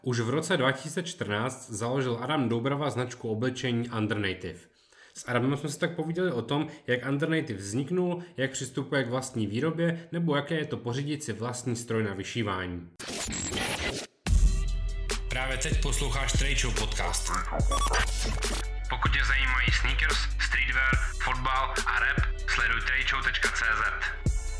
Už v roce 2014 založil Adam Doubrava značku oblečení Undernative. S Adamem jsme si tak povídali o tom, jak Undernative vzniknul, jak přistupuje k vlastní výrobě, nebo jaké je to pořídit si vlastní stroj na vyšívání. Právě teď posloucháš Trade Show podcast. Pokud tě zajímají sneakers, streetwear, fotbal a rap, sleduj tradeshow.cz.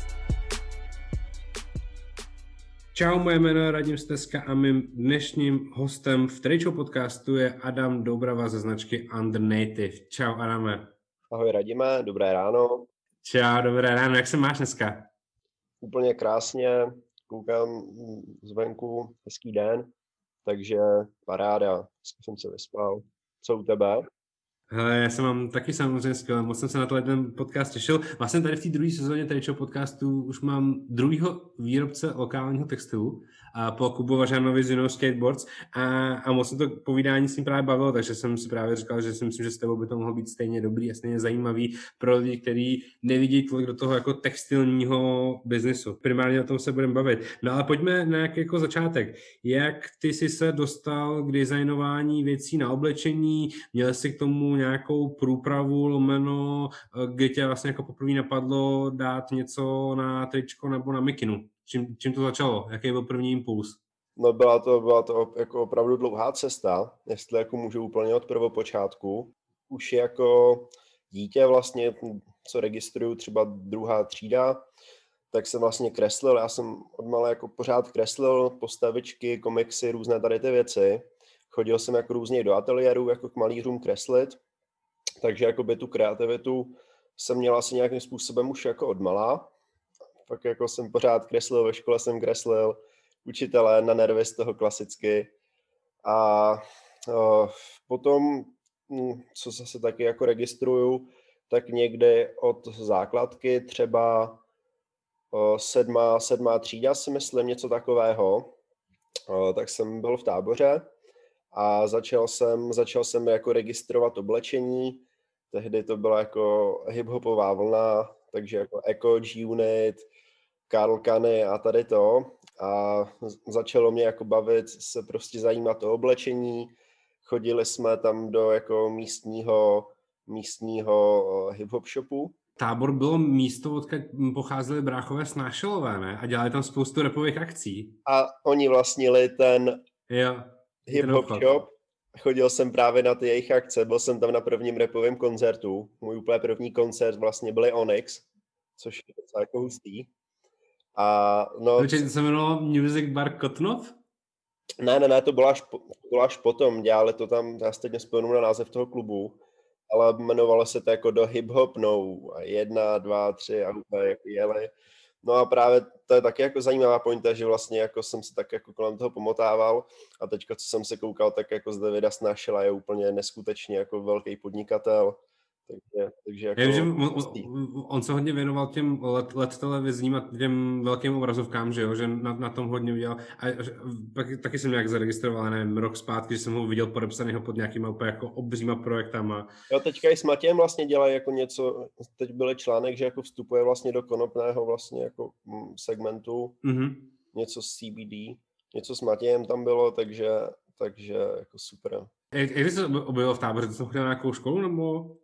Čau, moje jméno je Radim Steska a mým dnešním hostem v Trade Show podcastu je Adam Doubrava ze značky Undernative. Čau, Adame. Ahoj Radime, dobré ráno. Čau, dobré ráno, jak se máš dneska? Úplně krásně, koukám zvenku, hezký den, takže paráda, jsem se vyspal. Co u tebe? Hele, já se mám taky samozřejmě skvěle, moc jsem se na ten podcast těšil. Vlastně tady v té druhé sezóně Trade Show podcastu už mám druhýho výrobce lokálního textilu po Kubu Važanovi z Juno Skateboards a moc se to povídání s ním právě bavilo, takže jsem si právě říkal, že si myslím, že s tebou by to mohlo být stejně dobrý a stejně zajímavý pro lidi, kteří nevidí tolik do toho jako textilního biznesu. Primárně o tom se budeme bavit. No ale pojďme na nějaký jako začátek. Jak ty jsi se dostal k designování věcí na oblečení? Měl jsi k tomu nějakou průpravu lomeno, kde tě vlastně jako poprvé napadlo dát něco na tričko nebo na mikinu? Čím to začalo? Jaký byl první impuls? No byla to jako opravdu dlouhá cesta, jestli jako můžu úplně od prvopočátku. Už jako dítě vlastně, co registruju třeba 2. třída, tak jsem vlastně kreslil, já jsem odmala jako pořád kreslil postavičky, komiksy, různé tady ty věci. Chodil jsem jako různě do ateliérů, jako k malířům kreslit, takže jakoby tu kreativitu jsem měl asi nějakým způsobem už jako odmala. Pak jako jsem pořád kreslil, ve škole jsem kreslil, učitelé na nervy z toho klasicky. A potom, co zase taky jako registruju, tak někdy od základky třeba 7. třída si myslím, něco takového, tak jsem byl v táboře a začal jsem jako registrovat oblečení. Tehdy to byla jako hip-hopová vlna, takže jako Eko, G-Unit, Karl Kany a tady to. A začalo mě jako bavit se prostě zajímat o oblečení. Chodili jsme tam do jako místního hip-hop shopu. Tábor bylo místo, odkud pocházeli bráchové Snášelové, ne? A dělali tam spoustu rapových akcí. A oni vlastnili ten hip-hop shop. Chodil jsem právě na ty jejich akce, byl jsem tam na prvním rapovém koncertu. Můj úplně první koncert vlastně byly Onyx, což je docela jako hustý. A no... To se jmenovalo Music Bar Kotnov? Ne, to bylo až potom, dělali to tam, já si teď nespomenu na název toho klubu, ale jmenovalo se to jako do hip-hop, no, 1, 2, 3 a úplně jako jeli. No a právě to je taky jako zajímavá pointa, že vlastně jako jsem se tak jako kolem toho pomotával a teďka, co jsem se koukal, tak jako z Davida Snášela je úplně neskutečně jako velký podnikatel. Takže jako... Já vím, že on se hodně věnoval těm let televizním a těm velkým obrazovkám, že jo, že na tom hodně udělal. A taky jsem nějak zaregistroval, nevím, rok zpátky, že jsem ho viděl podepsanýho pod nějakýma úplně jako obříma projektama. Jo, teďka i s Matějem vlastně dělají jako něco, teď byl článek, že jako vstupuje vlastně do konopného vlastně jako segmentu, něco s CBD, něco s Matějem tam bylo, takže jako super. Jak jsi se objevil v táboře, ty jsi chodil na nějakou školu, nebo...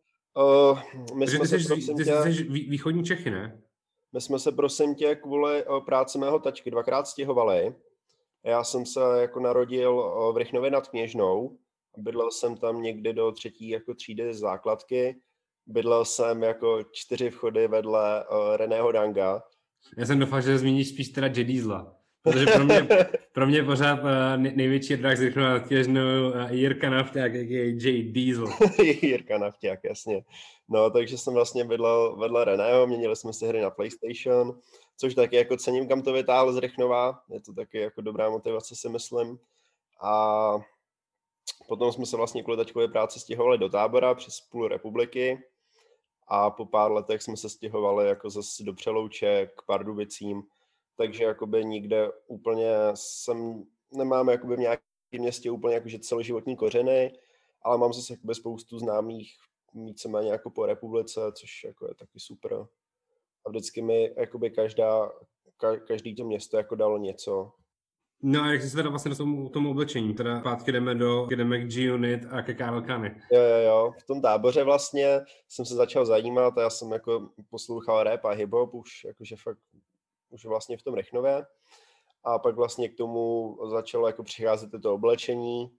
Ty jsi východní Čechy, ne? My jsme se prosím tě kvůli práci mého tačky 2krát stěhovali. Já jsem se jako narodil v Rychnově nad Kněžnou. Bydlel jsem tam někdy do 3. jako třídy základky. Bydlel jsem jako 4 vchody vedle Reného Danga. Já jsem doufal, že zmíníš spíš teda J. Diesela. Protože pro mě pořád největší drak z Rychnova nad Kněžnou Jirka Nafťák, jak je J. Diesel. Jirka Nafťák, jasně. No, takže jsem vlastně bydlel vedle Reného, měnili jsme si hry na PlayStation, což taky jako cením, kam to vytáhl z Rychnova. Je to taky jako dobrá motivace, si myslím. A potom jsme se vlastně kvůli tačkové práci stěhovali do Tábora přes půl republiky a po pár letech jsme se stěhovali jako zase do Přelouče k Pardubicím, takže jakoby nikde úplně nemám jakoby v nějakém městě úplně jakože celoživotní kořeny, ale mám zase jakoby spoustu známých víceméně jako po republice, což jako je taky super. A vždycky mi jakoby každý to město jako dalo něco. No a jak jsi se teda vlastně k tomu oblečení? Teda zpátky jdeme k G-Unit a ke Karel Kany. Jo. V tom táboře vlastně jsem se začal zajímat a já jsem jako poslouchal rap a hip-hop už jakože fakt už vlastně v tom Rechnové. A pak vlastně k tomu začalo jako přicházet to oblečení,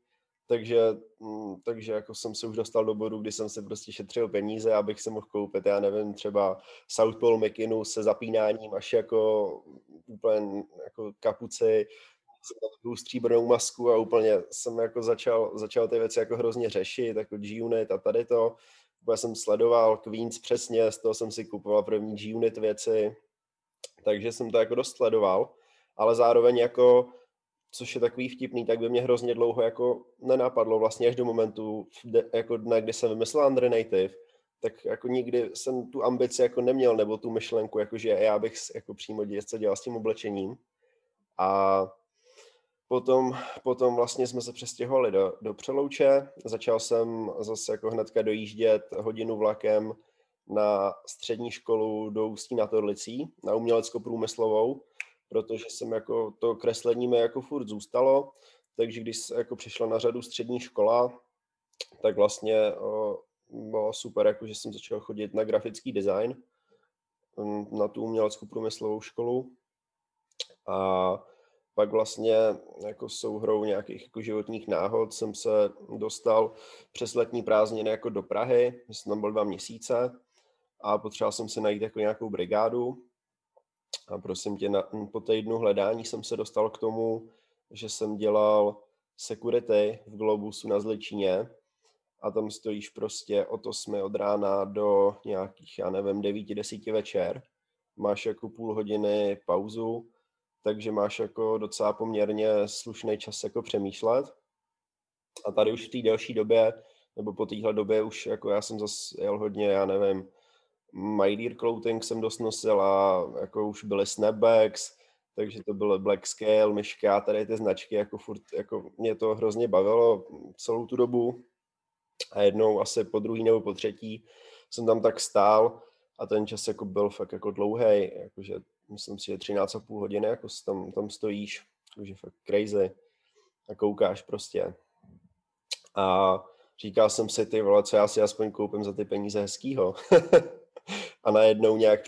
takže jako jsem se už dostal do bodu, kdy jsem si prostě šetřil peníze, abych se mohl koupit, já nevím, třeba South Pole Mikinu se zapínáním až jako úplně jako kapuci, tu stříbrnou masku a úplně jsem jako začal ty věci jako hrozně řešit, jako G-Unit a tady to. Úplně jsem sledoval Queens přesně, z toho jsem si kupoval první G-Unit věci, takže jsem to jako dost sledoval, ale zároveň jako, což je takový vtipný, tak by mě hrozně dlouho jako nenapadlo, vlastně až do momentu, jako dne, kdy jsem vymyslel Under Native, tak jako nikdy jsem tu ambici jako neměl, nebo tu myšlenku, jako že já bych jako přímo něco dělal s tím oblečením. A potom vlastně jsme se přestěhovali do Přelouče, začal jsem zase jako hnedka dojíždět hodinu vlakem na střední školu do Ústí nad Orlicí, na umělecko-průmyslovou, protože jsem jako to kreslení mi jako furt zůstalo, takže když jako přišla na řadu střední škola, tak vlastně bylo super, jako že jsem začal chodit na grafický design na tu umělecko-průmyslovou školu a pak vlastně jako souhrou nějakých jako životních náhod jsem se dostal přes letní prázdniny jako do Prahy, jsem tam byl 2 měsíce a potřeboval jsem si najít jako nějakou brigádu a prosím tě, po týdnu hledání jsem se dostal k tomu, že jsem dělal security v Globusu na Zličíně a tam stojíš prostě od 8 od rána do nějakých, já nevím, 9-10 večer, máš jako půl hodiny pauzu, takže máš jako docela poměrně slušný čas jako přemýšlet. A tady už v té delší době, nebo po téhle době už jako já jsem zase jel hodně, já nevím, My Dear Clothing jsem dost nosil a jako už byly snapbacks, takže to bylo Black Scale, Myška, tady ty značky, jako furt, jako mě to hrozně bavilo celou tu dobu. A jednou asi po druhý nebo po třetí jsem tam tak stál a ten čas jako byl fakt jako dlouhý, jakože myslím si, že 13,5 hodiny jako tam stojíš, takže fakt crazy a koukáš prostě. A říkal jsem si, ty vole, co já si aspoň koupím za ty peníze hezkýho. A najednou nějak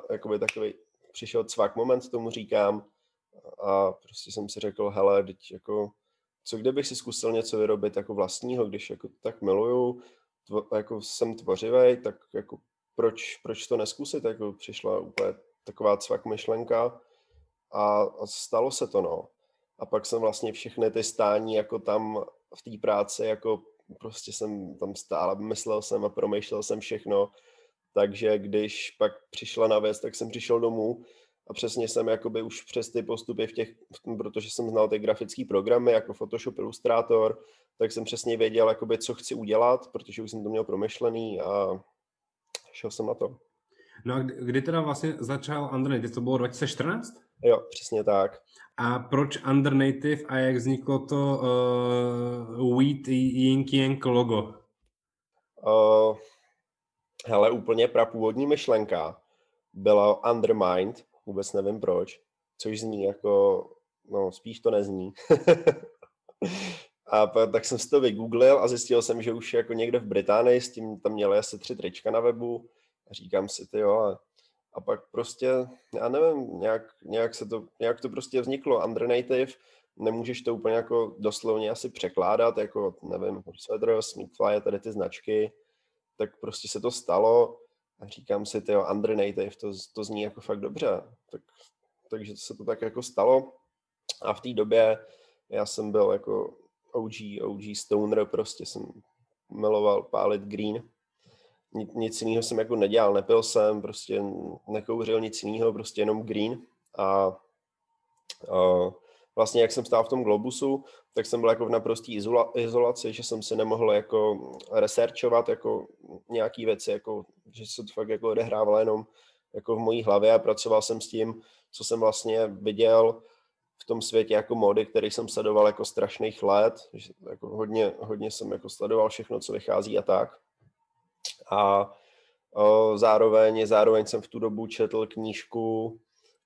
přišel cvak moment, tomu říkám, a prostě jsem si řekl, hele, teď jako, co kdybych si zkusil něco vyrobit jako vlastního, když jako tak miluju, jako jsem tvořivej, tak jako proč to neskusit, jako přišla úplně taková cvak myšlenka a stalo se to, no. A pak jsem vlastně všechny ty stání jako tam v té práci, jako prostě jsem tam stál a myslel jsem a promýšlel jsem všechno, takže když pak přišla na věc, tak jsem přišel domů a přesně jsem jakoby už přes ty postupy protože jsem znal ty grafické programy jako Photoshop, Illustrator, tak jsem přesně věděl, jakoby, co chci udělat, protože už jsem to měl promyšlený a šel jsem na to. No a kdy teda vlastně začal Under Native? To bylo 2014? Jo, přesně tak. A proč Under Native a jak vzniklo to Wheat Yin Yang logo? Hele, úplně prapůvodní myšlenka byla Undermined, vůbec nevím proč, což zní jako, no spíš to nezní. A tak jsem si to vygooglil a zjistil jsem, že už jako někde v Británii s tím tam měli asi 3 trička na webu a říkám si, a pak prostě, já nevím, nějak to prostě vzniklo. Under Native, nemůžeš to úplně jako doslovně asi překládat, jako nevím, Sweater, Smithfly, tady ty značky, tak prostě se to stalo a říkám si, Under Native, to zní jako fakt dobře, takže se to tak jako stalo a v té době já jsem byl jako OG stoner, prostě jsem miloval pálit green. Nic jiného jsem jako nedělal, nepil jsem, prostě nekouřil nic jiného, prostě jenom green. A vlastně jak jsem stál v tom Globusu, tak jsem byl jako v naprostý izolaci, že jsem si nemohl jako researchovat jako nějaký věci, jako, že se to fakt jako odehrávalo jenom jako v mojí hlavě a pracoval jsem s tím, co jsem vlastně viděl v tom světě jako módy, který jsem sledoval jako strašných let, že jako hodně jsem jako sledoval všechno, co vychází a tak. A zároveň jsem v tu dobu četl knížku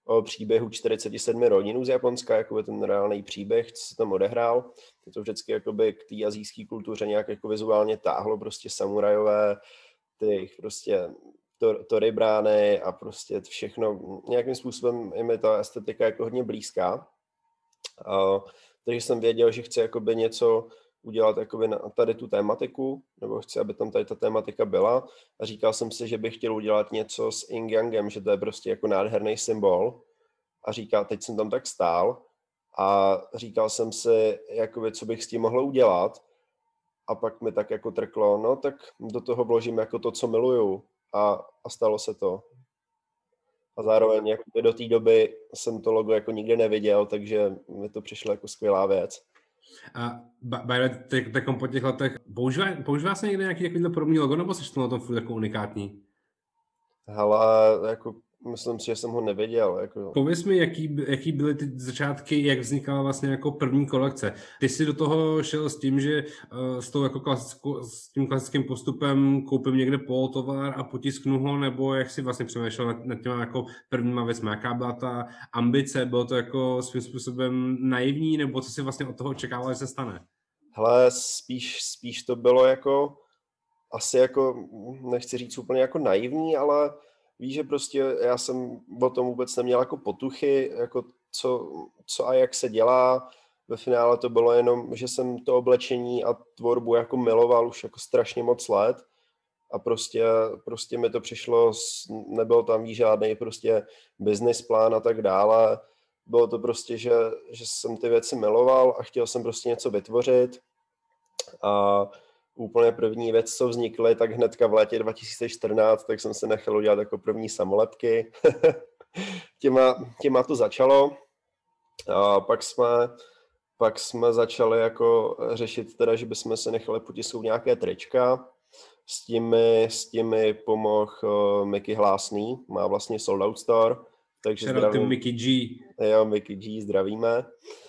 o příběhu 47 rodinů z Japonska, jakoby ten reálný příběh, co se tam odehrál. To vždycky jakoby k té asijské kultuře nějak jako vizuálně táhlo, prostě samurajové, ty prostě tory brány a prostě všechno. Nějakým způsobem je mi ta estetika jako hodně blízká. Takže jsem věděl, že chci jakoby něco udělat jakoby na tady tu tématiku, nebo chci, aby tam tady ta tématika byla. A říkal jsem si, že bych chtěl udělat něco s Yin Yangem, že to je prostě jako nádherný symbol. A teď jsem tam tak stál a říkal jsem si, jakoby, co bych s tím mohl udělat. A pak mi tak jako trklo, no tak do toho vložím jako to, co miluju. A stalo se to. A zároveň jako do té doby jsem to logo jako nikdy neviděl, takže mi to přišlo jako skvělá věc. A takom po těch letech používá se někde nějaký takovýhle podobný logo, nebo jsi to na tom furt jako unikátní? Hele, jako myslím si, že jsem ho neviděl. Jako... Pověz mi, jaký byly ty začátky, jak vznikala vlastně jako první kolekce. Ty jsi do toho šel s tím, že s tím klasickým postupem koupím někde polotovar a potisknu ho, nebo jak jsi vlastně přemýšlel nad těma jako prvníma věcmi? Jaká byla ta ambice? Bylo to jako svým způsobem naivní, nebo co si vlastně od toho očekával, že se stane? Hele, spíš to bylo jako asi jako, nechci říct úplně jako naivní, ale víš, že prostě já jsem o tom vůbec neměl jako potuchy, jako co a jak se dělá. Ve finále to bylo jenom, že jsem to oblečení a tvorbu jako miloval už jako strašně moc let a prostě mi to přišlo, nebyl tam žádný prostě business plán a tak dále. Bylo to prostě, že jsem ty věci miloval a chtěl jsem prostě něco vytvořit. A úplně první věc, co vznikly, tak hnedka v létě 2014, tak jsem se nechal udělat jako první samolepky. těma to začalo. A pak jsme začali jako řešit teda, že bychom se nechali potisknout nějaké trička. S tím mi pomohl Mickey Hlásný, má vlastně Sold Out Store. Takže zdravím. Mickey G. Jo, Mickey G, zdravíme.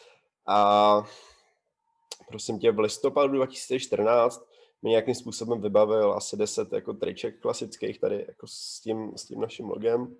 A prosím tě, v listopadu 2014 mi nějakým způsobem vybavil asi 10 jako triček klasických tady jako s tím naším logem.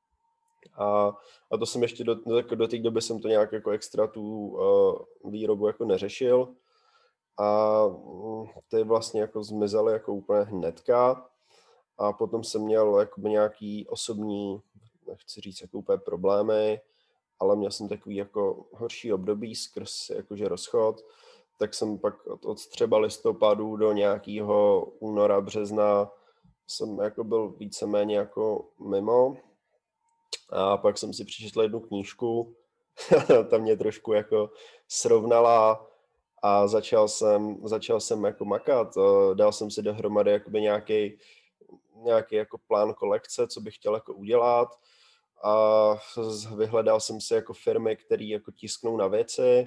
A to jsem ještě do té doby jsem to nějak jako extra tu výrobu jako neřešil. A ty vlastně jako zmizely jako úplně hnedka. A potom jsem měl jakoby nějaký osobní, nechci říct jako úplně problémy, ale měl jsem takový jako horší období skrz jakože rozchod. Tak jsem pak od třeba listopadu do nějakého února, března jsem jako byl víceméně jako mimo. A pak jsem si přečetl jednu knížku, ta mě trošku jako srovnala a začal jsem jako makat. Dal jsem si dohromady jakoby nějaký jako plán kolekce, co bych chtěl jako udělat. A vyhledal jsem si jako firmy, které jako tisknou na věci.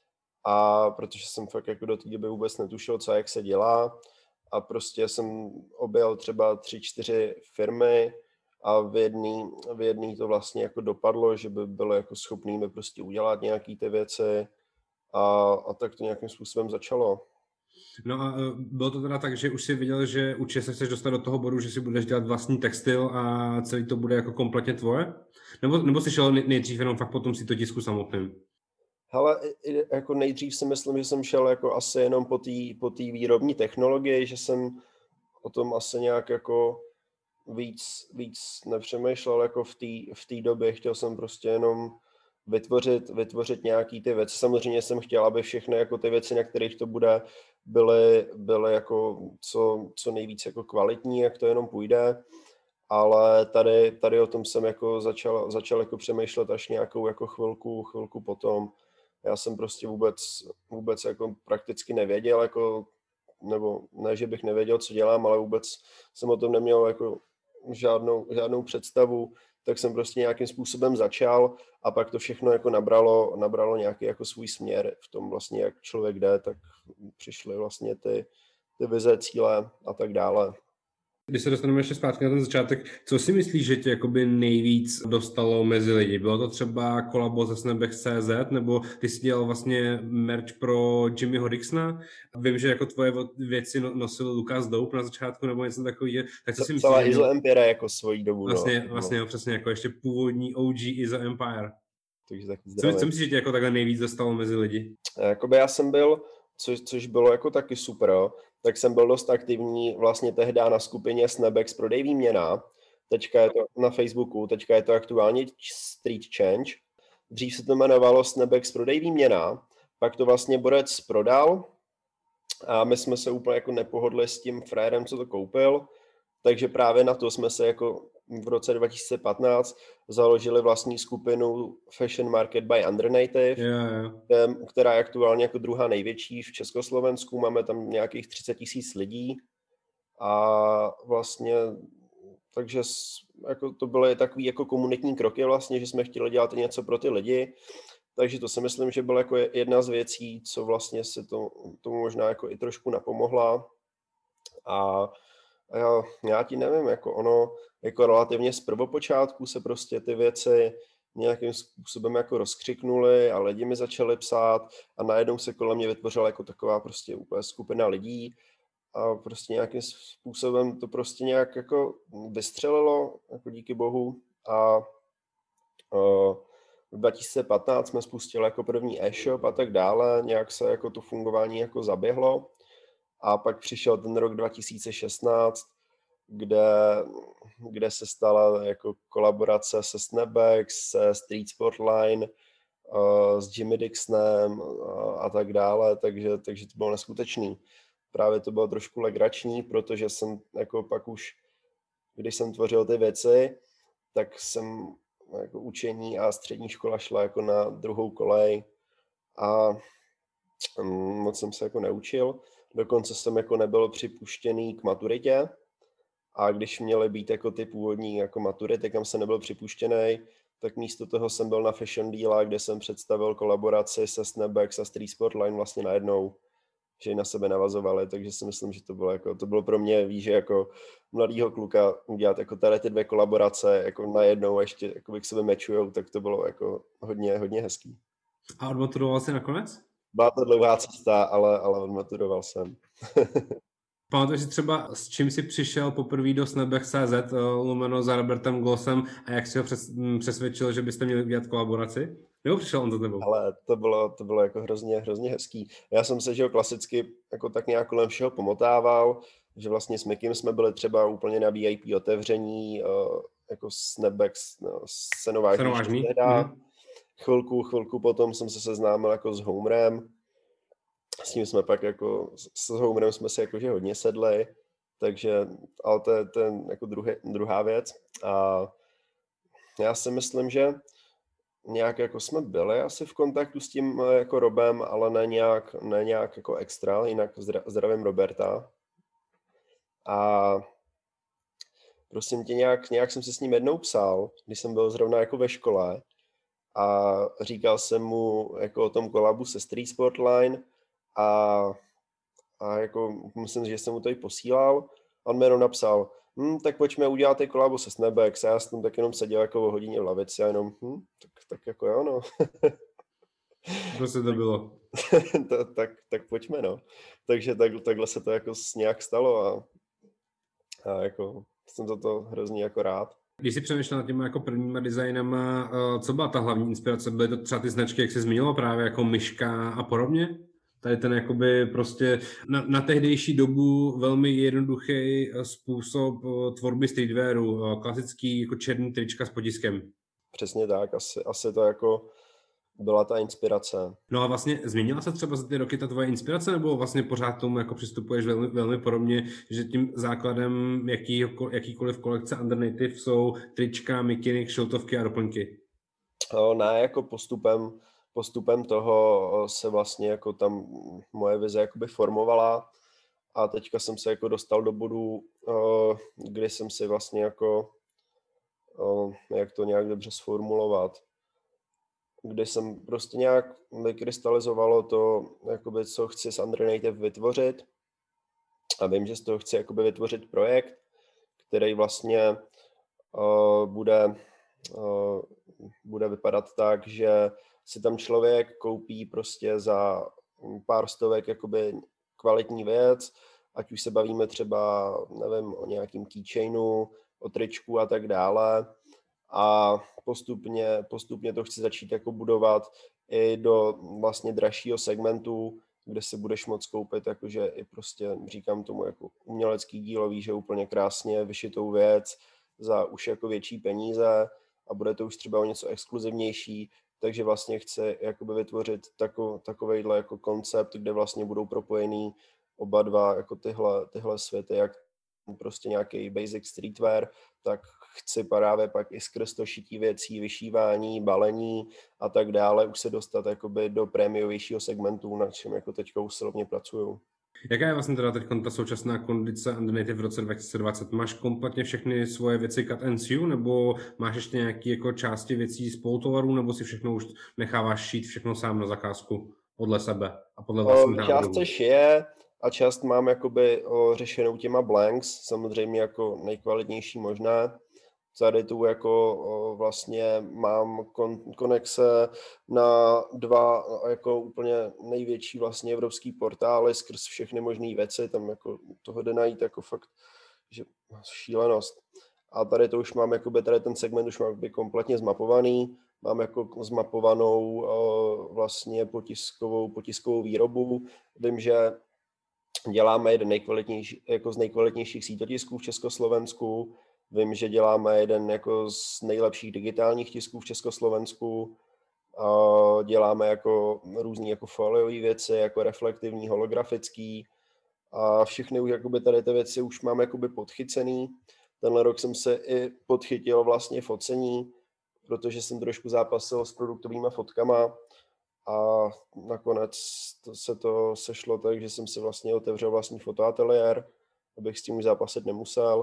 A protože jsem fakt jako do té doby vůbec netušil, co a jak se dělá. A prostě jsem objel třeba 3-4 firmy a v jedný to vlastně jako dopadlo, že by bylo jako schopný mi prostě udělat nějaký ty věci a tak to nějakým způsobem začalo. No a bylo to teda tak, že už si viděl, že určitě se chceš dostat do toho bodu, že si budeš dělat vlastní textil a celý to bude jako kompletně tvoje? Nebo jsi šel nejdřív jenom fakt potom si to tisku samotným? Hele, jako nejdřív si myslím, že jsem šel jako asi jenom po té výrobní technologii, že jsem o tom asi nějak jako víc nepřemýšlel jako v té době. Chtěl jsem prostě jenom vytvořit nějaký ty věci. Samozřejmě jsem chtěl, aby všechny jako ty věci, na kterých to bude, byly jako co nejvíc jako kvalitní, jak to jenom půjde. Ale tady o tom jsem jako začal jako přemýšlet až nějakou jako chvilku potom. Já jsem prostě vůbec jako prakticky nevěděl, jako, nebo ne, že bych nevěděl, co dělám, ale vůbec jsem o tom neměl jako žádnou představu, tak jsem prostě nějakým způsobem začal a pak to všechno jako nabralo nějaký jako svůj směr v tom vlastně, jak člověk jde, tak přišly vlastně ty vize, cíle a tak dále. Když se dostaneme ještě zpátky na ten začátek, co si myslíš, že tě jakoby nejvíc dostalo mezi lidi? Bylo to třeba kolabo ze Snapback.cz, nebo ty jsi dělal vlastně merch pro Jimmyho Dixona? Vím, že jako tvoje věci nosil Lukas Doup na začátku, nebo něco takového. Tak co si myslíš, Celá že Izo Empire jako svojí dobu. vlastně přesně jako ještě původní OG Izo Empire. Takže tak Co myslíš, že tě jako takhle nejvíc dostalo mezi lidi? Jakoby já jsem byl, což bylo jako taky super, tak jsem byl dost aktivní vlastně tehdy na skupině Snapbacks prodej výměna. Teďka je to na Facebooku, teďka je to aktuálně Street Change. Dřív se to jmenovalo Snapbacks prodej výměna, pak to vlastně Borec prodal a my jsme se úplně jako nepohodli s tím frérem, co to koupil, takže právě na to jsme se jako v roce 2015 založili vlastní skupinu Fashion Market by Undernative, která je aktuálně jako druhá největší v Československu, máme tam nějakých 30 000 lidí a vlastně takže jako to byly takový jako komunitní kroky vlastně, že jsme chtěli dělat něco pro ty lidi, takže to si myslím, že byla jako jedna z věcí, co vlastně se tomu možná jako i trošku napomohla a já ti nevím, jako ono, jako relativně z prvopočátku se prostě ty věci nějakým způsobem jako rozkřiknuly a lidi mi začali psát a najednou se kolem mě vytvořila jako taková prostě úplně skupina lidí a prostě nějakým způsobem to prostě nějak jako vystřelilo, jako díky bohu a v 2015 jsme spustili jako první e-shop a tak dále, nějak se jako to fungování jako zaběhlo. A pak přišel ten rok 2016, kde se stala jako kolaborace se Snapbacks, se Street Sportline, s Jimmy Dixonem a tak dále, takže to bylo neskutečný. Právě to bylo trošku legrační, protože jsem jako pak už, když jsem tvořil ty věci, tak jsem jako učení a střední škola šla jako na druhou kolej a moc jsem se jako neučil. Dokonce jsem jako nebyl připuštěný k maturitě a když měly být jako ty původní jako maturity, kam jsem nebyl připuštěný, tak místo toho jsem byl na Fashion Deala, kde jsem představil kolaboraci se Snapbacks a Street Sportline vlastně najednou, že ji na sebe navazovali, takže si myslím, že to bylo pro mě, víš, že jako mladýho kluka udělat jako tady ty dvě kolaborace jako najednou a ještě jako k sebe mečujou, tak to bylo jako hodně hezký. A odmaturoval jsi nakonec? Byla to dlouhá cesta, ale odmaturoval jsem. Pamatuješ si třeba, s čím jsi přišel poprvé do Snapback.cz lomeno za Robertem Glossem a jak jsi ho přesvědčil, že byste měli udělat kolaboraci? Nebo přišel on za tebou? Ale to bylo jako hrozně hezký. Já jsem se, že ho klasicky jako tak nějak kolem všeho pomotával, že vlastně s Mikim jsme byli třeba úplně na VIP otevření, jako Snapbacks, Senovážný. Chvilku potom jsem se seznámil jako s Homerem. S tím jsme pak jako, s Homerem jsme se jakože hodně sedli, takže, ale to je jako druhá věc. A já si myslím, že nějak jako jsme byli asi v kontaktu s tím jako Robem, ale ne nějak jako extra, jinak zdravím Roberta. A prosím tě, nějak jsem si s ním jednou psal, když jsem byl zrovna jako ve škole a říkal jsem mu jako o tom kolabu se Street Sportline a jako myslím, že jsem mu to i posílal. On mi jenom napsal, tak pojďme udělat ty kolabo se Snapbacks. Já jsem tak jenom seděl jako o hodině v lavici a jenom, tak jako jo, no. Prostě to bylo. tak pojďme, no. Takže takhle se to jako nějak stalo a jako jsem to hrozně jako rád. Když jsi přemýšlel nad těma jako prvníma designama, co byla ta hlavní inspirace? Byly to třeba ty značky, jak jsi zmínil, právě jako Myška a podobně? Tady ten jakoby prostě na tehdejší dobu velmi jednoduchý způsob tvorby streetwearu, klasický jako černý trička s potiskem. Přesně tak, asi to jako byla ta inspirace. No a vlastně změnila se třeba za ty roky ta tvoje inspirace, nebo vlastně pořád tomu jako přistupuješ velmi, velmi podobně, že tím základem jakýkoliv kolekce Undernative jsou trička, mikiny, šiltovky a doplňky? Ne, jako postupem toho se vlastně jako tam moje vize jakoby formovala a teďka jsem se jako dostal do bodu, kdy jsem si vlastně jako, jak to nějak dobře sformulovat, kdy jsem prostě nějak vykrystalizovalo to, jakoby, co chci s Undernative vytvořit a vím, že z toho chci jakoby vytvořit projekt, který vlastně bude vypadat tak, že si tam člověk koupí prostě za pár stovek jakoby kvalitní věc, ať už se bavíme třeba, nevím, o nějakým keychainu, o tričku a tak dále. A postupně to chci začít jako budovat i do vlastně dražšího segmentu, kde si budeš moct koupit, jakože i prostě, říkám tomu, jako umělecký dílo, víš, že úplně krásně vyšitou věc za už jako větší peníze a bude to už třeba o něco exkluzivnější, takže vlastně chci jakoby vytvořit takovejhle jako koncept, kde vlastně budou propojený oba dva jako tyhle světy, jak prostě nějaký basic streetwear, tak chci právě pak i skrz to šití věcí, vyšívání, balení a tak dále už se dostat jakoby do prémiovějšího segmentu, na čem jako teďka usilovně pracuju. Jaká je vlastně teda teď ta současná kondice Undernative v roce 2020? Máš kompletně všechny svoje věci cut and sew, nebo máš ještě nějaké jako části věcí z polotovarů, nebo si všechno už necháváš šít všechno sám na zakázku podle sebe a podle vlastních návrhů? Část se šije a část mám jakoby řešenou těma blanks, samozřejmě jako nejkvalitnější možné. Tady tu jako vlastně mám konexe na dva jako úplně největší vlastně evropský portály skrz všechny možné věci, tam jako toho jde najít jako fakt, že šílenost. A tady to už mám, jakoby tady ten segment už mám kompletně zmapovaný, mám jako zmapovanou vlastně potiskovou výrobu. Vím, že děláme jeden jako z nejkvalitnějších sítotisků v Československu. Vím, že děláme jeden jako z nejlepších digitálních tisků v Československu. Děláme jako různé jako foliové věci, jako reflektivní, holografický. A všechny už jakoby tady ty věci už mám jakoby podchycený. Tenhle rok jsem se i podchytil vlastně focení, protože jsem trošku zápasil s produktovými fotkama a nakonec se to sešlo tak, že jsem si vlastně otevřel vlastní fotoateliér, abych s tím už zápasit nemusel,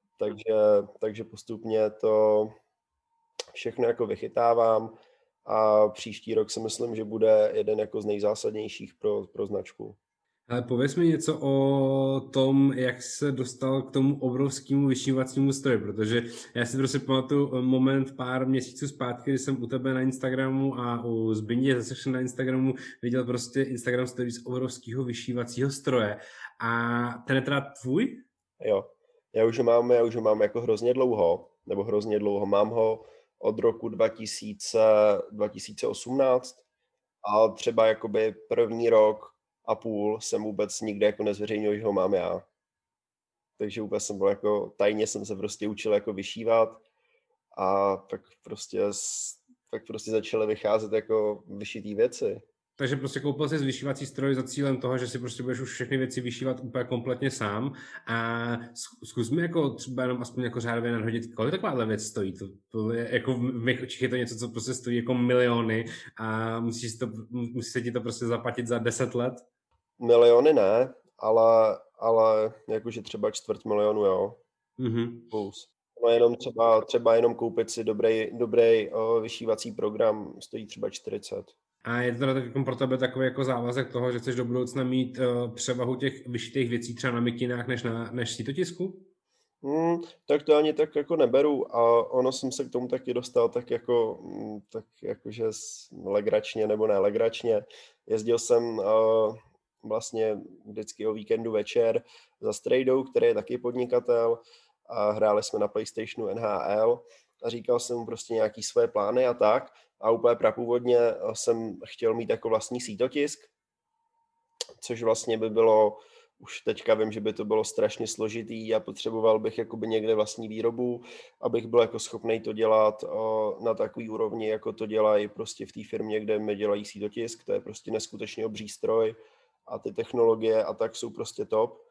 takže postupně to všechno jako vychytávám a příští rok si myslím, že bude jeden jako z nejzásadnějších pro značku. Ale pověz mi něco o tom, jak se dostal k tomu obrovskému vyšívacímu stroji, protože já si prostě pamatuju moment pár měsíců zpátky, kdy jsem u tebe na Instagramu a u Zbindě zase na Instagramu viděl prostě Instagram story z obrovského vyšívacího stroje. A ten je teda tvůj? Jo, já už ho mám jako hrozně dlouho, mám ho od roku 2018 a třeba jakoby první rok a půl jsem vůbec nikde jako nezveřejnil, že ho mám já. Takže vůbec jsem byl jako, tajně jsem se prostě učil jako vyšívat a pak prostě začaly vycházet jako vyšitý věci. Takže prostě koupil jsi vyšívací stroj za cílem toho, že si prostě budeš už všechny věci vyšívat úplně kompletně sám a zkus mi jako třeba jenom aspoň jako řádově nadhodit, kolik takováhle věc stojí. To je, jako v mých očích je to něco, co prostě stojí jako miliony a musí se ti to prostě zaplatit za 10 let. Miliony ne, ale jakože třeba 250 000, jo. Mm-hmm. Plus. No jenom třeba jenom koupit si dobrý vyšívací program stojí třeba 40. A je to teda tak jako pro tebe takový jako závazek toho, že chceš do budoucna mít převahu těch vyšitých věcí třeba na mikinách než sítotisku? Tak to ani tak jako neberu a ono jsem se k tomu taky dostal tak jakože legračně nebo ne legračně. Jezdil jsem vlastně vždycky o víkendu večer za Strejdou, který je taky podnikatel a hráli jsme na PlayStationu NHL a říkal jsem mu prostě nějaký své plány a tak a úplně prapůvodně jsem chtěl mít jako vlastní sítotisk, což vlastně by bylo, už teďka vím, že by to bylo strašně složitý a potřeboval bych jakoby někde vlastní výrobu, abych byl jako schopný to dělat na takový úrovni, jako to dělají prostě v té firmě, kde mi dělají sítotisk, to je prostě neskutečně obří stroj a ty technologie a tak jsou prostě top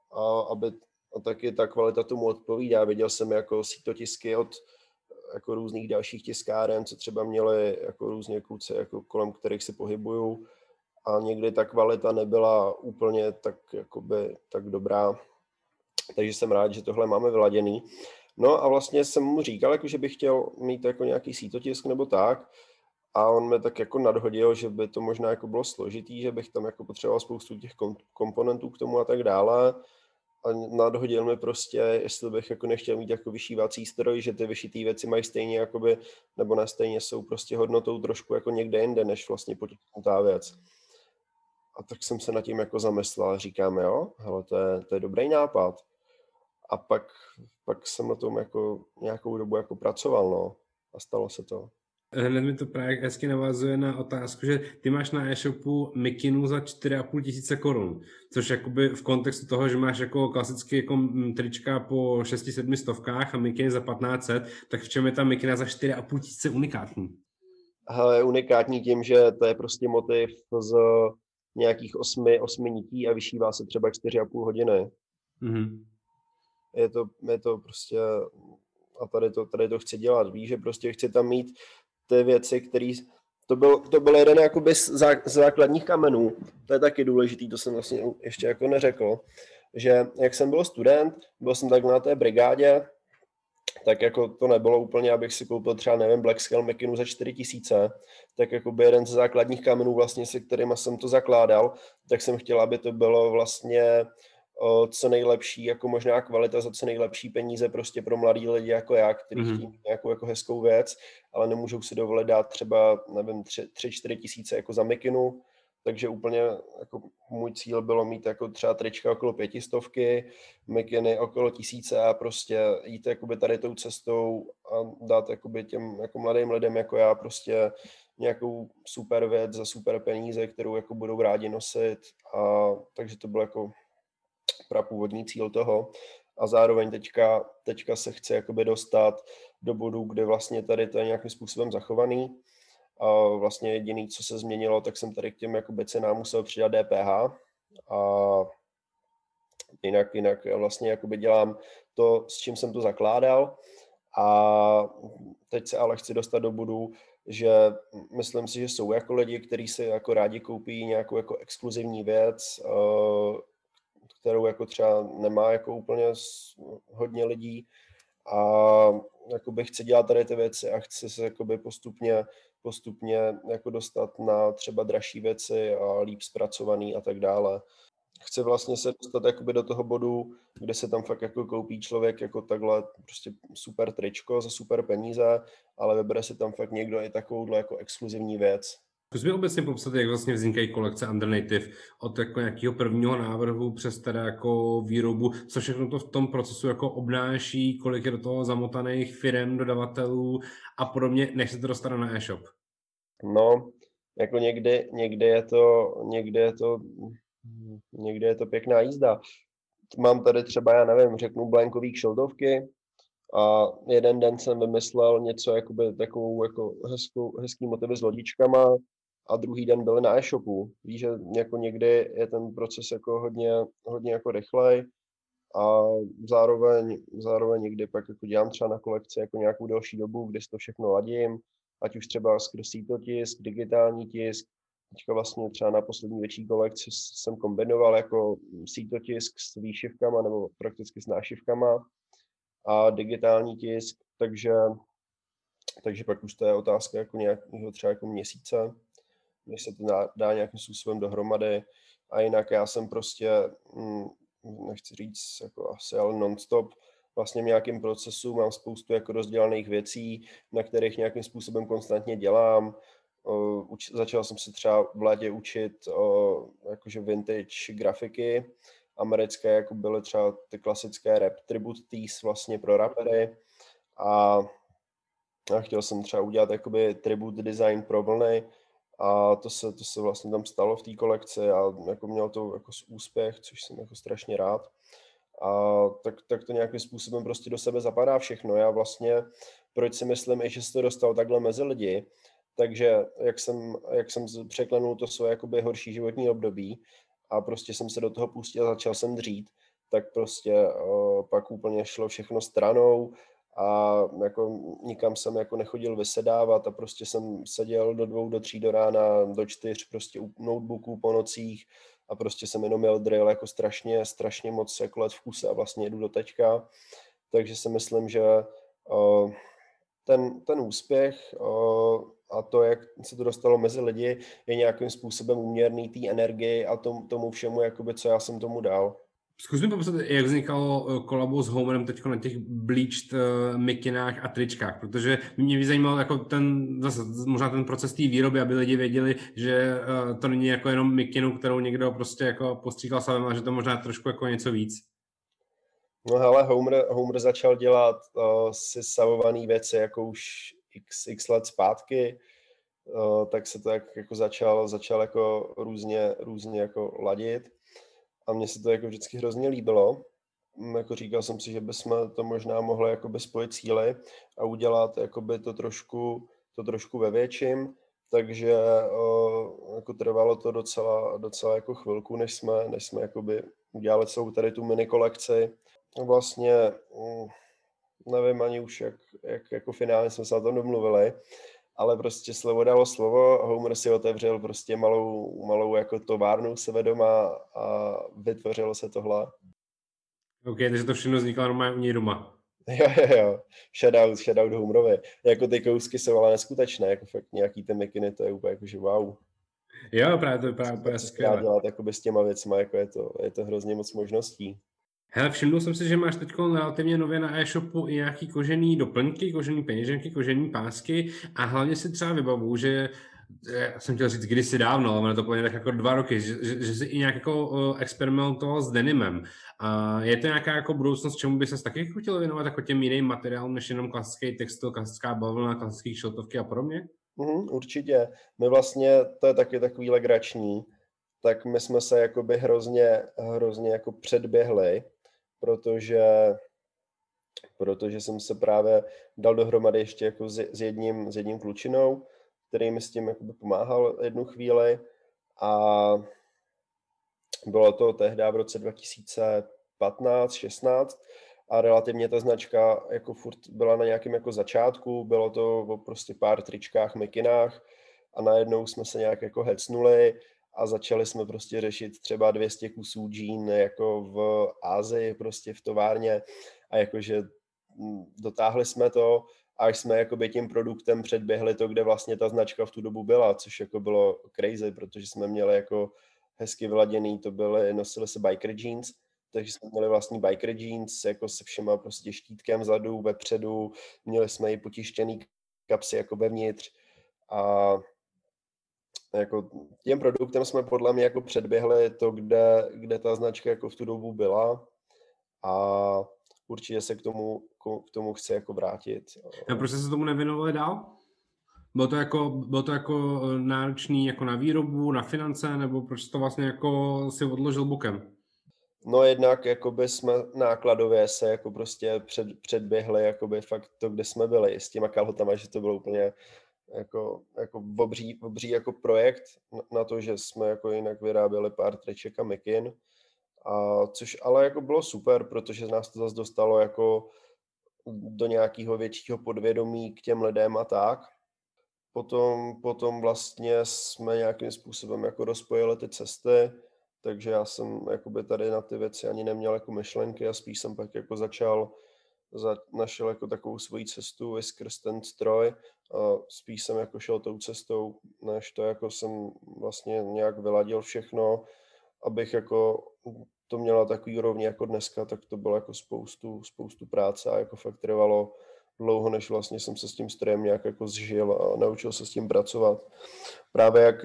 a taky ta kvalita tomu odpovídá. Viděl jsem jako sítotisky od jako různých dalších tiskáren, co třeba měli jako různě kluci, jako kolem kterých se pohybuju a někdy ta kvalita nebyla úplně tak dobrá. Takže jsem rád, že tohle máme vyladěný. No a vlastně jsem mu říkal, jako, že bych chtěl mít jako nějaký sítotisk nebo tak a on mě tak jako nadhodil, že by to možná jako bylo složitý, že bych tam jako potřeboval spoustu těch komponentů k tomu a tak dále. a nadhodil mi prostě, jestli bych jako nechtěl mít jako vyšívací stroj, že ty vyšitý věci mají stejně jakoby, nebo ne stejně, jsou prostě hodnotou trošku jako někde jinde, než vlastně potisknutá věc. A tak jsem se nad tím jako zamyslel a říkám, jo, hele, to je dobrý nápad. A pak jsem na tom jako nějakou dobu jako pracoval, no. A stalo se to. Hned mi to právě hezky navazuje na otázku, že ty máš na e-shopu mikinu za 4,5 tisíce korun, což jakoby v kontextu toho, že máš jako klasicky jako trička po 6-7 stovkách a mikiny za 1500, tak v čem je ta mikina za 4,5 tisíce unikátní? Hele, je unikátní tím, že to je prostě motiv z nějakých 8 nití a vyšívá se třeba 4,5 hodiny. Mm-hmm. Je to prostě, a tady to chci dělat, víš, že prostě chci tam mít ty věci, které, to byl jeden jakoby z základních kamenů, to je taky důležitý, to jsem vlastně ještě jako neřekl, že jak jsem byl student, byl jsem tak na té brigádě, tak jako to nebylo úplně, abych si koupil třeba, nevím, Black Scale mikinu za 4000, tak jako by jeden ze základních kamenů vlastně, se kterýma jsem to zakládal, tak jsem chtěl, aby to bylo vlastně co nejlepší, jako možná kvalita za co nejlepší peníze prostě pro mladý lidi jako já, kteří chtějí mít nějakou jako hezkou věc, ale nemůžou si dovolit dát třeba, nevím, 3-4 tisíce jako za mikinu, takže úplně jako můj cíl bylo mít jako třeba trička okolo 500, mikiny okolo 1000 a prostě jít jakoby tady tou cestou a dát jakoby těm jako mladým lidem jako já prostě nějakou super věc za super peníze, kterou jako budou rádi nosit, a takže to byl jako prapůvodní cíl toho. A zároveň teďka se chci jakoby dostat do bodu, kde vlastně tady to je nějakým způsobem zachovaný. A vlastně jediný, co se změnilo, tak jsem tady k těm jakoby cenám musel přidat DPH. A jinak vlastně jakoby dělám to, s čím jsem to zakládal. A teď se ale chci dostat do bodu, že myslím si, že jsou jako lidi, kteří si jako rádi koupí nějakou jako exkluzivní věc, kterou jako třeba nemá jako úplně hodně lidí, a jakoby chci dělat tady ty věci a chci se jakoby postupně jako dostat na třeba dražší věci a líp zpracovaný a tak dále. Chci vlastně se dostat jakoby do toho bodu, kde se tam fakt jako koupí člověk jako takhle prostě super tričko za super peníze, ale vybere si tam fakt někdo i takovouhle jako exkluzivní věc. Zkus mi obecně popsat, jak vlastně vznikají kolekce Undernative od jako nějakého prvního návrhu přes teda jako výrobu, co všechno to v tom procesu jako obnáší, kolik je do toho zamotaných firem, dodavatelů a podobně, než se to dostane na e-shop. No, jako někdy je to pěkná jízda. Mám tady třeba, já nevím, řeknu blankový kšiltovky a jeden den jsem vymyslel něco jakoby takovou jako hezký motivy s lodičkama a druhý den byly na e-shopu. Víš, že jako někdy je ten proces jako hodně jako rychlej a zároveň někdy pak jako dělám třeba na kolekci jako nějakou delší dobu, kdy si to všechno ladím, ať už třeba skrz sítotisk, digitální tisk. Teďka vlastně třeba na poslední větší kolekci jsem kombinoval jako sítotisk s výšivkama nebo prakticky s nášivkama a digitální tisk, takže pak už to je otázka jako nějakého třeba jako měsíce, než se to dá nějakým způsobem dohromady. A jinak já jsem prostě, nechci říct jako asi, ale non-stop vlastně v nějakém procesu, mám spoustu jako rozdělaných věcí, na kterých nějakým způsobem konstantně dělám. Začal jsem se třeba v létě učit jakože vintage grafiky americké, jako byly třeba ty klasické rap tribute tees vlastně pro rapery, a chtěl jsem třeba udělat jakoby tribute design pro vlny, a to se vlastně tam stalo v té kolekci a jako mělo to jako úspěch, což jsem jako strašně rád. A tak to nějakým způsobem prostě do sebe zapadá všechno. Já vlastně, proč si myslím, že se to dostalo takhle mezi lidi, takže jak jsem překlenul to svoje jakoby horší životní období a prostě jsem se do toho pustil a začal jsem dřít, tak prostě pak úplně šlo všechno stranou a jako nikam jsem jako nechodil vysedávat a prostě jsem seděl do 2, do 3 do rána, do 4 prostě u notebooků po nocích a prostě jsem jenom jel drill jako strašně moc jako let v kuse a vlastně jedu do teďka. Takže si myslím, že ten úspěch a to, jak se to dostalo mezi lidi, je nějakým způsobem úměrný té energii a tomu všemu, jakoby, co já jsem tomu dal. Zkus mi popsat, jak vznikalo kolabo s Homerem teď na těch bleached mikinách a tričkách, protože mě by zajímalo jako zase možná ten proces té výroby, aby lidi věděli, že to není jako jenom mikinu, kterou někdo prostě jako postříkal savem, ale že to možná trošku jako něco víc. No hele, Homer začal dělat si savované věci jako už x let zpátky, tak se to jako začal jako různě jako ladit a mně se to jako vždycky hrozně líbilo. Jako říkal jsem si, že bychom to možná mohli jakoby spojit síly a udělat jakoby to trošku ve větším, takže jako trvalo to docela jako chvilku, než jsme jakoby udělali celou tady tu mini kolekci. Vlastně nevím ani už, jak jako finálně jsme se na tom domluvili, ale prostě slovo dalo slovo, Homer si otevřel prostě malou jako továrnu sebe doma a vytvořilo se tohle. OK, takže to všechno vzniklo normálně u něj doma. Jo. Shoutout Homerovi. Jako ty kousky jsou ale neskutečné, jako fakt nějaký ty mikiny, to je úplně jako, že wow. Jo, právě úplně skvělé. Dělat jakoby s těma věcma, jako je to hrozně moc možností. Hele, všiml jsem si, že máš teď relativně nově na e-shopu i nějaký kožený doplňky, kožený peněženky, kožený pásky a hlavně si třeba vybavu, že já jsem chtěl říct kdysi dávno, ale to plně tak jako 2 roky, že jsi i nějak jako experimentoval s denimem. A je to nějaká jako budoucnost, čemu by ses taky chtěl věnovat jako těm jiným materiálům, než jenom klasický textil, klasická bavlna, klasický šiltovky a podobně? Určitě. My vlastně, to je taky takový legrační, tak my jsme se jakoby hrozně jako předběhli, protože jsem se právě dal dohromady ještě jako s jedním klučinou, který mi s tím jakoby pomáhal jednu chvíli a bylo to tehdy v roce 2015-16 a relativně ta značka jako furt byla na nějakém jako začátku, bylo to o prostě pár tričkách, mikinách a najednou jsme se nějak jako hecnuli a začali jsme prostě řešit třeba 200 kusů džín jako v Ázii, prostě v továrně a jakože dotáhli jsme to, až jsme jakoby tím produktem předběhli to, kde vlastně ta značka v tu dobu byla, což jako bylo crazy, protože jsme měli jako hezky vyladěný, nosili se biker jeans, takže jsme měli vlastní biker jeans jako se všema prostě štítkem vzadu, vepředu, měli jsme i potištěný kapsy jako vevnitř a jako tím produktem jsme podle mě jako předběhli to, kde ta značka jako v tu dobu byla a určitě se k tomu chci jako vrátit. A proč se tomu nevěnovali dál? Bylo to jako náročný jako na výrobu, na finance, nebo proč to vlastně jako si odložil bokem? No jednak jakoby jsme nákladově se jako prostě předběhli jakoby fakt to, kde jsme byli s těma kalhotama, že to bylo úplně jako obří jako projekt na to, že jsme jako jinak vyráběli pár triček a mikin, a což ale jako bylo super, protože nás to zase dostalo jako do nějakého většího podvědomí k těm lidem a tak. Potom vlastně jsme nějakým způsobem jako rozpojili ty cesty, takže já jsem jakoby tady na ty věci ani neměl jako myšlenky a spíš jsem pak jako našel jako takovou svoji cestu i skrz ten stroj a spíš jsem jako šel tou cestou, než to jako jsem vlastně nějak vyladil všechno, abych jako to měl na takový úrovni jako dneska, tak to bylo jako spoustu práce a jako fakt trvalo dlouho, než vlastně jsem se s tím strojem nějak jako zžil a naučil se s tím pracovat. Právě jak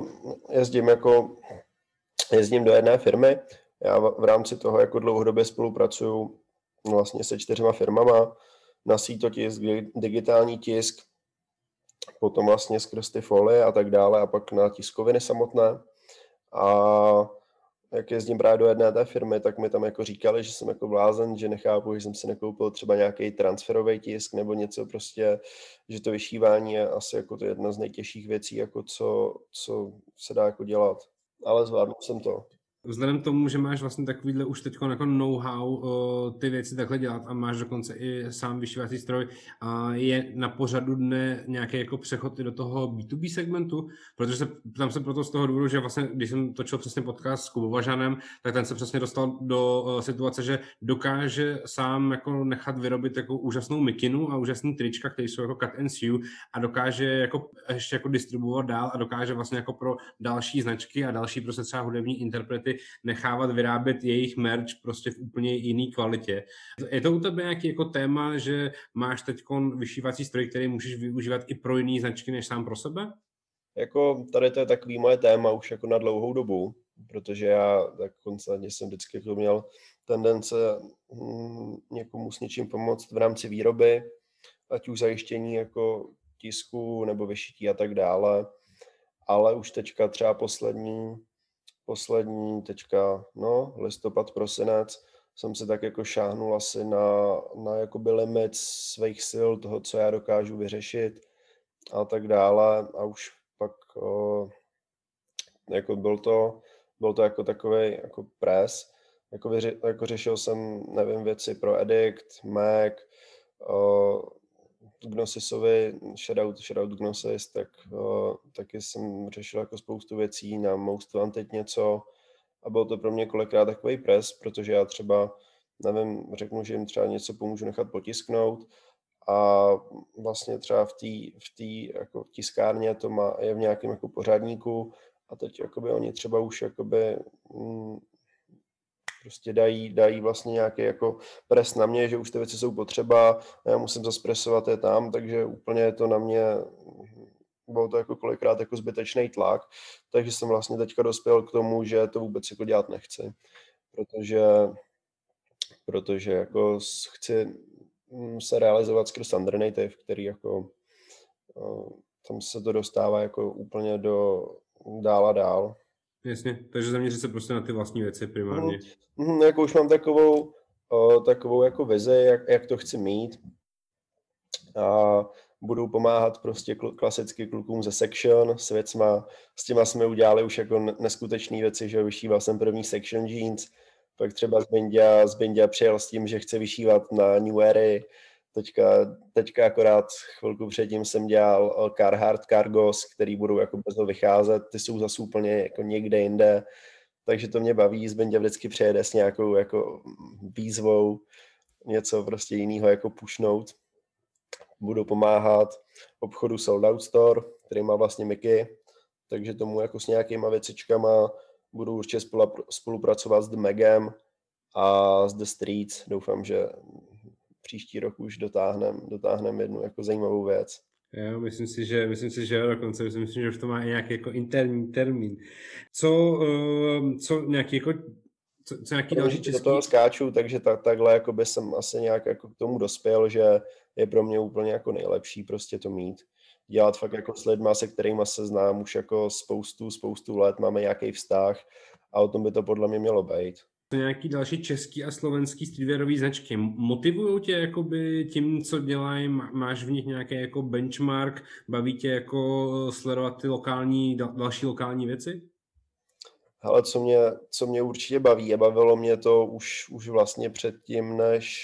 jezdím do jedné firmy, já v rámci toho jako dlouhodobě spolupracuju vlastně se 4 firmama, na sítotisk, digitální tisk, potom vlastně skrz ty folie a tak dále a pak na tiskoviny samotné. A jak jezdím právě do jedné té firmy, tak mi tam jako říkali, že jsem jako blázen, že nechápu, že jsem si nekoupil třeba nějaký transferový tisk nebo něco prostě, že to vyšívání je asi jako to jedna z nejtěžších věcí, jako co se dá jako dělat. Ale zvládnul jsem to. Vzhledem k tomu, že máš vlastně takovýhle už teď jako know-how ty věci takhle dělat a máš dokonce i sám vyšívací stroj, je na pořadu dne nějaký jako přechod i do toho B2B segmentu, protože tam se proto z toho důvodu, že vlastně, když jsem točil přesně podcast s Kubou Važanem, tak ten se přesně dostal do situace, že dokáže sám jako nechat vyrobit jako úžasnou mikinu a úžasný trička, které jsou jako cut and sew a dokáže jako ještě jako distribuovat dál a dokáže vlastně jako pro další značky a další prostě třeba hudební interprety si nechávat vyrábět jejich merch prostě v úplně jiný kvalitě. Je to u tebe nějaký jako téma, že máš teď vyšívací stroj, který můžeš využívat i pro jiné značky než sám pro sebe? Jako tady to je takový moje téma už jako na dlouhou dobu, protože já tak konstantně jsem vždycky jako měl tendence někomu s něčím pomoct v rámci výroby, ať už zajištění jako tisku nebo vyšití a tak dále, ale už teďka třeba poslední teďka, no, listopad, prosinec, jsem se tak jako šáhnul asi na jakoby limit svých sil, toho, co já dokážu vyřešit a tak dále a už pak jako byl to jako takový jako pres, jako řešil jsem, nevím, věci pro Edict, Mac, Gnosisovi, shoutout Gnosis, tak taky jsem řešil jako spoustu věcí, na Most Wanted něco a byl to pro mě kolikrát takový pres, protože já třeba, nevím, řeknu, že jim třeba něco pomůžu nechat potisknout a vlastně třeba v té jako tiskárně to je v nějakém jako pořadníku a teď jakoby oni třeba už jakoby prostě dají vlastně nějaký jako pres na mě, že už ty věci jsou potřeba a já musím zaspresovat je tam, takže úplně je to na mě, bylo to jako kolikrát jako zbytečný tlak, takže jsem vlastně teďka dospěl k tomu, že to vůbec jako dělat nechci, protože jako chci se realizovat skrz Undernative, který jako tam se to dostává jako úplně do dál a dál. Jasně, takže zaměřit se prostě na ty vlastní věci primárně. Jako už mám takovou jako vizi, jak to chci mít a budu pomáhat prostě klasicky klukům ze Section s věcma, s těma jsme udělali už jako neskutečné věci, že vyšíval jsem první Section jeans, pak třeba Zbindia přijel s tím, že chce vyšívat na New Ery, teďka akorát chvilku předtím jsem dělal Carhartt Cargos, který budou jako brzo vycházet, ty jsou zase úplně jako někde jinde, takže to mě baví, Zbindia vždycky přijede s nějakou jako výzvou, něco prostě jiného jako pušnout. Budu pomáhat obchodu Sold Out Store, který má vlastně Mickey, takže tomu jako s nějakýma věcičkama budu určitě spolupracovat s The Megem a s The Streets. Doufám, že příští rok už dotáhnem jednu jako zajímavou věc. Jo, myslím si, že jo, dokonce myslím, že už to má i nějaký jako interní termín. Co nějaký další český... Do toho skáču, takže takhle jako by jsem asi nějak jako k tomu dospěl, že je pro mě úplně jako nejlepší prostě to mít. Dělat fakt jako s lidma, se kterými se znám už jako spoustu let, máme nějaký vztah a o tom by to podle mě mělo být. Nějaký další český a slovenský streetwearový značky motivují tě jakoby tím, co dělají? Máš v nich nějaký jako benchmark? Baví tě jako sledovat ty další lokální věci? Ale co mě určitě baví a bavilo mě to už vlastně předtím,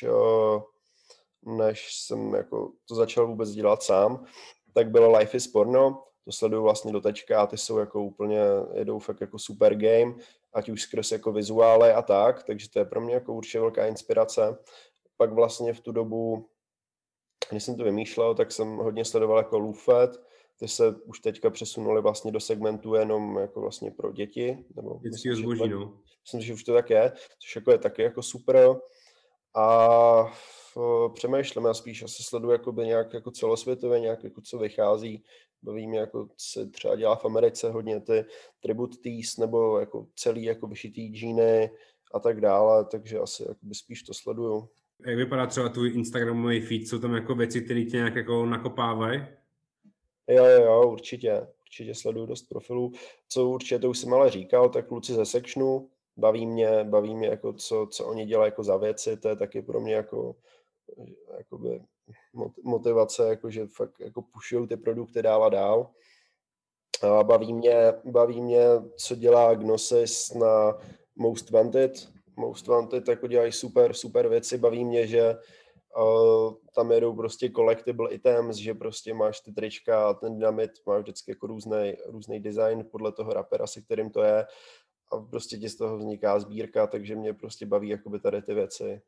než jsem jako to začal vůbec dělat sám, tak bylo Life is Porno, to sleduju vlastně do tečka a ty jsou jako úplně, jedou fakt jako super game, ať už skrz jako vizuály a tak, takže to je pro mě jako určitě velká inspirace. Pak vlastně v tu dobu, když jsem to vymýšlel, tak jsem hodně sledoval jako Loufet, ty se už teďka přesunuli vlastně do segmentu jenom jako vlastně pro děti. Nebo Dětského zboží, no. Myslím, že už to tak je, což jako je taky jako super. A přemýšlím, já spíš asi sleduju jakoby nějak jako celosvětově, nějak jako co vychází. Baví mě, jako se třeba dělá v Americe hodně ty tribute tees, nebo jako celý jako vyšitý džíny a tak dále, takže asi jakoby spíš to sleduju. Jak vypadá třeba tvůj Instagramový feed? Jsou tam jako věci, které tě nějak jako nakopávají? Jo, určitě sleduju dost profilů. Co určitě, to už jsem ale říkal, tak kluci ze Sectionu, baví mě jako co oni dělají jako za věci, to je taky pro mě jako jakoby motivace, jako že fakt jako pušujou ty produkty dál a dál. A baví mě, co dělá Gnosis na Most Wanted. Most Wanted jako dělají super věci, baví mě, že tam jedou prostě collectible items, že prostě máš ty trička a ten dynamit, máš vždycky jako různý design podle toho rapera, se kterým to je a prostě ti z toho vzniká sbírka, takže mě prostě baví jakoby tady ty věci.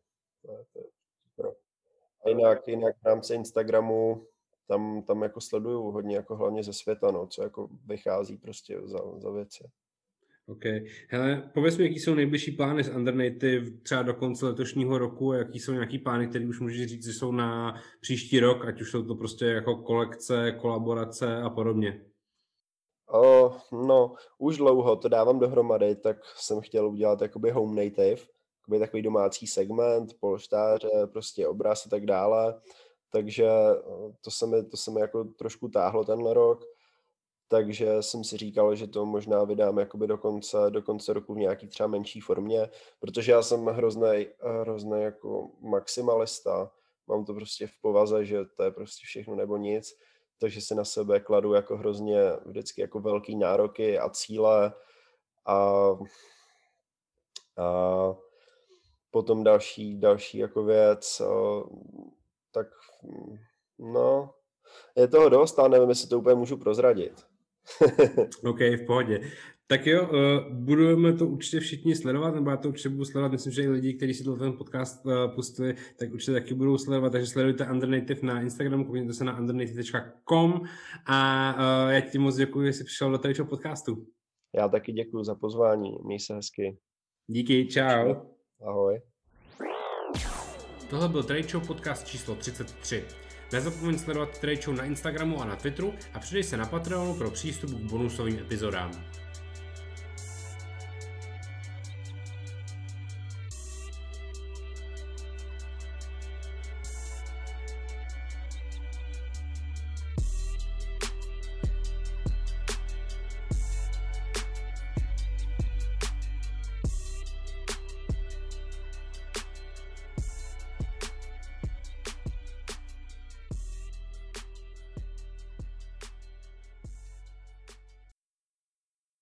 A jinak v rámci Instagramu tam jako sleduju hodně jako hlavně ze světa, no, co jako vychází prostě za věci. OK. Hele, pověz mi, jaký jsou nejbližší plány z Undernative třeba do konce letošního roku a jaký jsou nějaký plány, které už můžeš říct, že jsou na příští rok, ať už jsou to prostě jako kolekce, kolaborace a podobně. No, už dlouho to dávám dohromady, tak jsem chtěl udělat jakoby home native, jakoby takový domácí segment, polštáře, prostě obraz a tak dále. Takže to se mi jako trošku táhlo tenhle rok. Takže jsem si říkal, že to možná vydám jakoby do konce roku v nějaký třeba menší formě, protože já jsem hrozný jako maximalista. Mám to prostě v povaze, že to je prostě všechno nebo nic, takže si na sebe kladu jako hrozně vždycky jako velký nároky a cíle a potom další jako věc, tak no, je toho dost, ale nevím, jestli to úplně můžu prozradit. OK, v pohodě. Tak jo, budeme to určitě všichni sledovat, nebo já to určitě budu sledovat, myslím, že i lidi, kteří si ten podcast pustili, tak určitě taky budou sledovat, takže sledujte Undernative na Instagramu, koukněte se na undernative.com a já ti moc děkuji, že jsi přišel do tady podcastu. Já taky děkuji za pozvání, měj se hezky. Díky, čau. Ahoj. Tohle byl Trade Show podcast číslo 33. Nezapomeň sledovat Trade Show na Instagramu a na Twitteru a přidej se na Patreonu pro přístup k bonusovým epizodám.